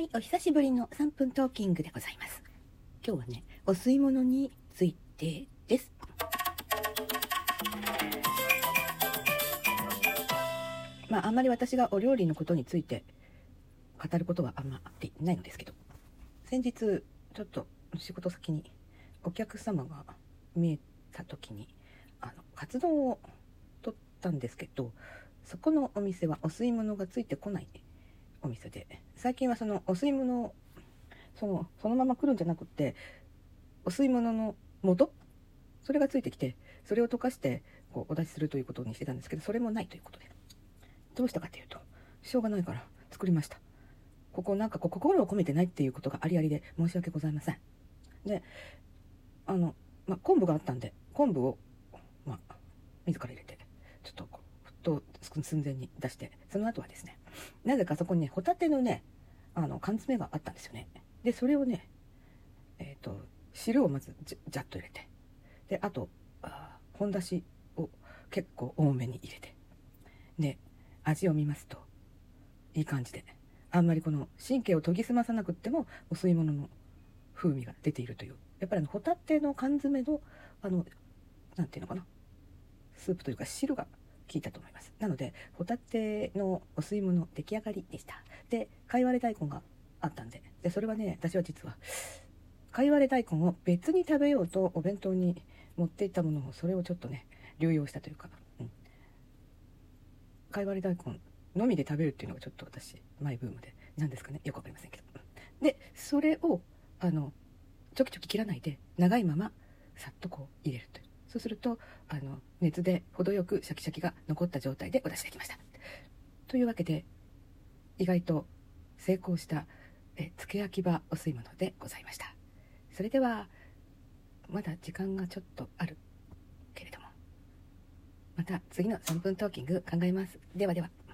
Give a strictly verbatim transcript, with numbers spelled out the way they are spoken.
はい、お久しぶりのさんぷんトーキングでございます。今日はね、お吸い物についてです。まあ、あんまり私がお料理のことについて語ることはあんまりないのですけど、先日ちょっと仕事先にお客様が見えた時にあのカツ丼を取ったんですけど、そこのお店はお吸い物がついてこないお店で、最近はそのお吸い物をそのそのまま来るんじゃなくって、お吸い物の素それがついてきて、それを溶かしてこうお出しするということにしてたんですけど、それもないということで、どうしたかというと、しょうがないから作りました。ここなんかこう心を込めてないっていうことがありありで申し訳ございません。で、あの、まあ、昆布があったんで、昆布を、まあ、自ら入れてちょっとこう沸騰寸前に出して、その後はですね、なぜかそこにね、ホタテのね、あの缶詰があったんですよね。でそれをね、えっと汁をまずジャジャッと入れて、であとあ本だしを結構多めに入れて、で味を見ますといい感じで、あんまりこの神経を研ぎ澄まさなくってもお吸い物の風味が出ているという、やっぱりあのホタテの缶詰のあのなんていうのかな、スープというか汁が効いたと思います。なのでホタテのお吸い物出来上がりでした。でかいわれ大根があったんで、でそれはね、私は実はかいわれ大根を別に食べようとお弁当に持っていったものを、それをちょっとね流用したというか、うん、かいわれ大根のみで食べるっていうのがちょっと私マイブームで、なんですかね、よくわかりませんけど、でそれをあのちょきちょき切らないで長いままさっとこう入れるという、そうするとあの熱で程よくシャキシャキが残った状態でお出しできました。というわけで意外と成功したえつけ焼き場お吸い物でございました。それではまだ時間がちょっとあるけれども、また次のさんぷんトーキング考えます。ではでは。